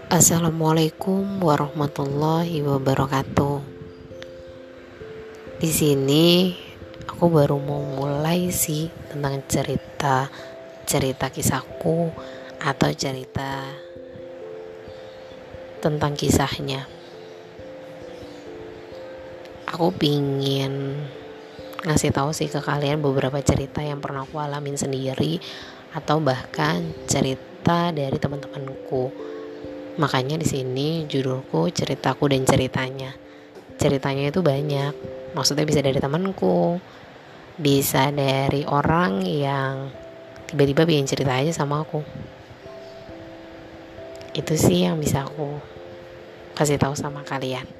Assalamualaikum warahmatullahi wabarakatuh. Di sini aku baru mau mulai sih tentang cerita kisahku atau cerita tentang kisahnya. Aku pingin ngasih tahu sih ke kalian beberapa cerita yang pernah aku alamin sendiri atau bahkan cerita dari teman-temanku. Makanya di sini judulku ceritaku dan ceritanya. Ceritanya itu banyak. Maksudnya bisa dari temanku, bisa dari orang yang tiba-tiba bikin cerita aja sama aku. Itu sih yang bisa aku kasih tahu sama kalian.